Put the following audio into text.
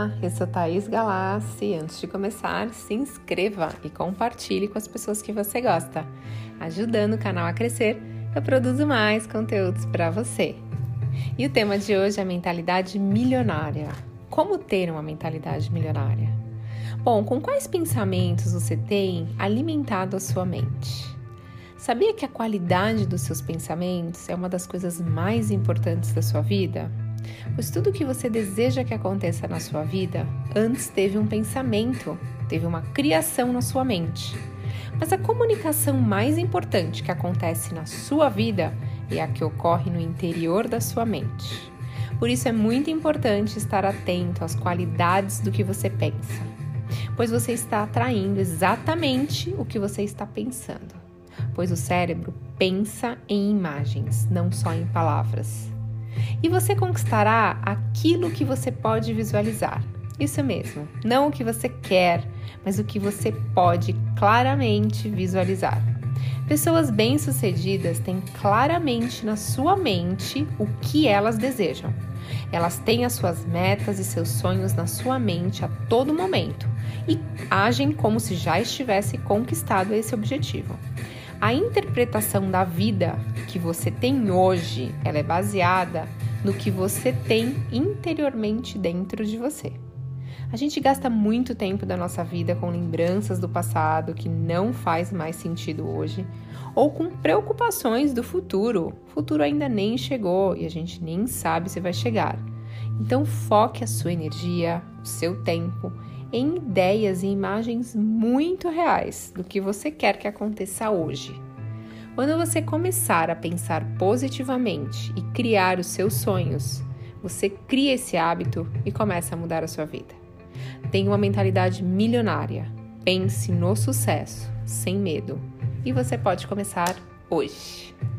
Olá, eu sou Thaís Galassi. Antes de começar, se inscreva e compartilhe com as pessoas que você gosta. Ajudando o canal a crescer, eu produzo mais conteúdos para você. E o tema de hoje é a mentalidade milionária. Como ter uma mentalidade milionária? Bom, com quais pensamentos você tem alimentado a sua mente? Sabia que a qualidade dos seus pensamentos é uma das coisas mais importantes da sua vida? Pois tudo que você deseja que aconteça na sua vida, antes teve um pensamento, teve uma criação na sua mente. Mas a comunicação mais importante que acontece na sua vida é a que ocorre no interior da sua mente. Por isso é muito importante estar atento às qualidades do que você pensa, pois você está atraindo exatamente o que você está pensando. Pois o cérebro pensa em imagens, não só em palavras. E você conquistará aquilo que você pode visualizar. Isso mesmo, não o que você quer, mas o que você pode claramente visualizar. Pessoas bem-sucedidas têm claramente na sua mente o que elas desejam. Elas têm as suas metas e seus sonhos na sua mente a todo momento e agem como se já estivesse conquistado esse objetivo. A interpretação da vida que você tem hoje, ela é baseada no que você tem interiormente dentro de você. A gente gasta muito tempo da nossa vida com lembranças do passado que não faz mais sentido hoje, ou com preocupações do futuro. O futuro ainda nem chegou e a gente nem sabe se vai chegar. Então foque a sua energia, o seu tempo, em ideias e imagens muito reais do que você quer que aconteça hoje. Quando você começar a pensar positivamente e criar os seus sonhos, você cria esse hábito e começa a mudar a sua vida. Tenha uma mentalidade milionária. Pense no sucesso, sem medo. E você pode começar hoje.